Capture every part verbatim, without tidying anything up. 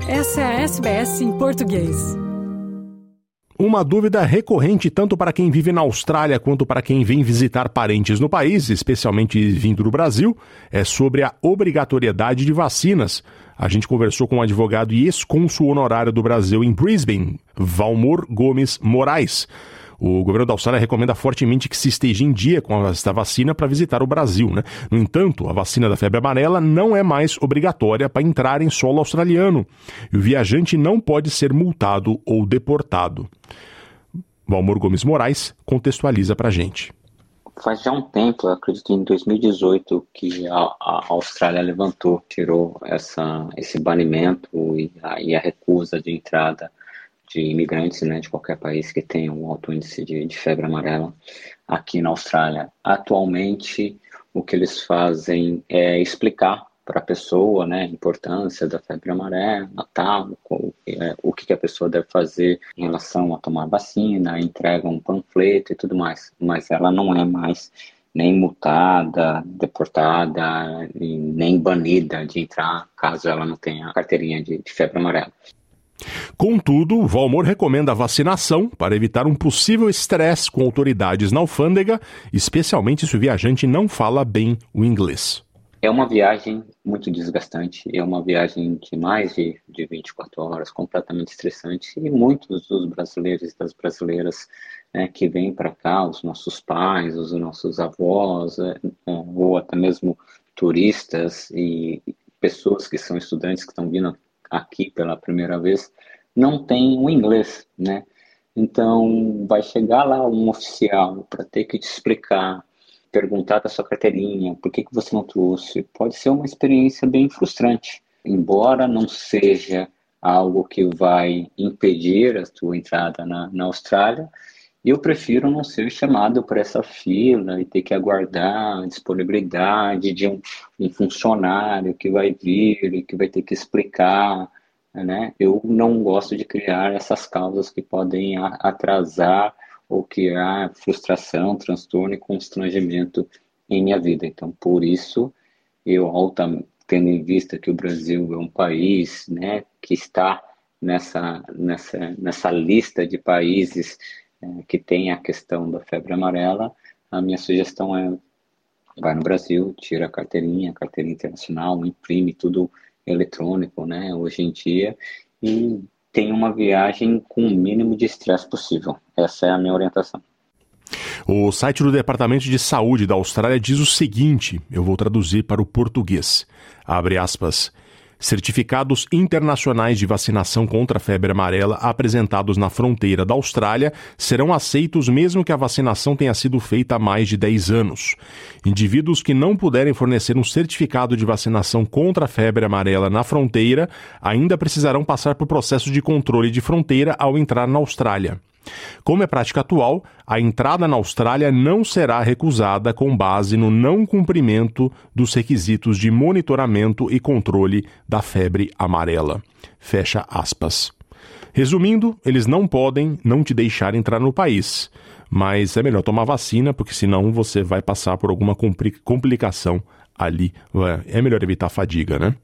Essa é a S B S em português. Uma dúvida recorrente tanto para quem vive na Austrália quanto para quem vem visitar parentes no país, especialmente vindo do Brasil, é sobre a obrigatoriedade de vacinas. A gente conversou com o advogado e ex-cônsul honorário do Brasil em Brisbane, Valmor Gomes Moraes. O governo da Austrália recomenda fortemente que se esteja em dia com esta vacina para visitar o Brasil, né? No entanto, a vacina da febre amarela não é mais obrigatória para entrar em solo australiano. E o viajante não pode ser multado ou deportado. Valmor Gomes Moraes contextualiza para a gente. Faz já um tempo, eu acredito em dois mil e dezoito, que a, a Austrália levantou, tirou essa, esse banimento e a, e a recusa de entrada de imigrantes, né, de qualquer país que tenha um alto índice de, de febre amarela aqui na Austrália. Atualmente, o que eles fazem é explicar para a pessoa, né, a importância da febre amarela, tal, o, é, o que a pessoa deve fazer em relação a tomar vacina, entrega um panfleto e tudo mais. Mas ela não é mais nem multada, deportada, nem banida de entrar, caso ela não tenha a carteirinha de, de febre amarela. Contudo, Valmor recomenda a vacinação para evitar um possível estresse com autoridades na alfândega, especialmente se o viajante não fala bem o inglês. É uma viagem muito desgastante, é uma viagem de mais de, de vinte e quatro horas, completamente estressante, e muitos dos brasileiros e das brasileiras, né, que vêm para cá, os nossos pais, os nossos avós, é, ou até mesmo turistas e pessoas que são estudantes que estão vindo aqui pela primeira vez, não tem o inglês, né? Então, vai chegar lá um oficial para ter que te explicar, perguntar da sua carteirinha, por que, que você não trouxe. Pode ser uma experiência bem frustrante, embora não seja algo que vai impedir a sua entrada na, na Austrália. Eu prefiro não ser chamado para essa fila e ter que aguardar a disponibilidade de um, um funcionário que vai vir e que vai ter que explicar, né? Eu não gosto de criar essas causas que podem atrasar ou criar frustração, transtorno e constrangimento em minha vida. Então, por isso, eu, tendo em vista que o Brasil é um país, né, que está nessa, nessa, nessa lista de países que tem a questão da febre amarela, a minha sugestão é: vai no Brasil, tira a carteirinha, a carteirinha internacional, imprime tudo eletrônico, né, hoje em dia, e tem uma viagem com o mínimo de estresse possível. Essa é a minha orientação. O site do Departamento de Saúde da Austrália diz o seguinte, eu vou traduzir para o português, abre aspas: certificados internacionais de vacinação contra a febre amarela apresentados na fronteira da Austrália serão aceitos mesmo que a vacinação tenha sido feita há mais de dez anos. Indivíduos que não puderem fornecer um certificado de vacinação contra a febre amarela na fronteira ainda precisarão passar por processo de controle de fronteira ao entrar na Austrália. Como é prática atual, a entrada na Austrália não será recusada com base no não cumprimento dos requisitos de monitoramento e controle da febre amarela. Fecha aspas. Resumindo, eles não podem não te deixar entrar no país, mas é melhor tomar vacina, porque senão você vai passar por alguma complicação ali. É melhor evitar a fadiga, né?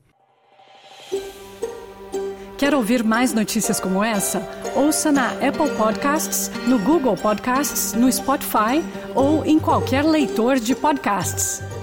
Quer ouvir mais notícias como essa? Ouça na Apple Podcasts, no Google Podcasts, no Spotify ou em qualquer leitor de podcasts.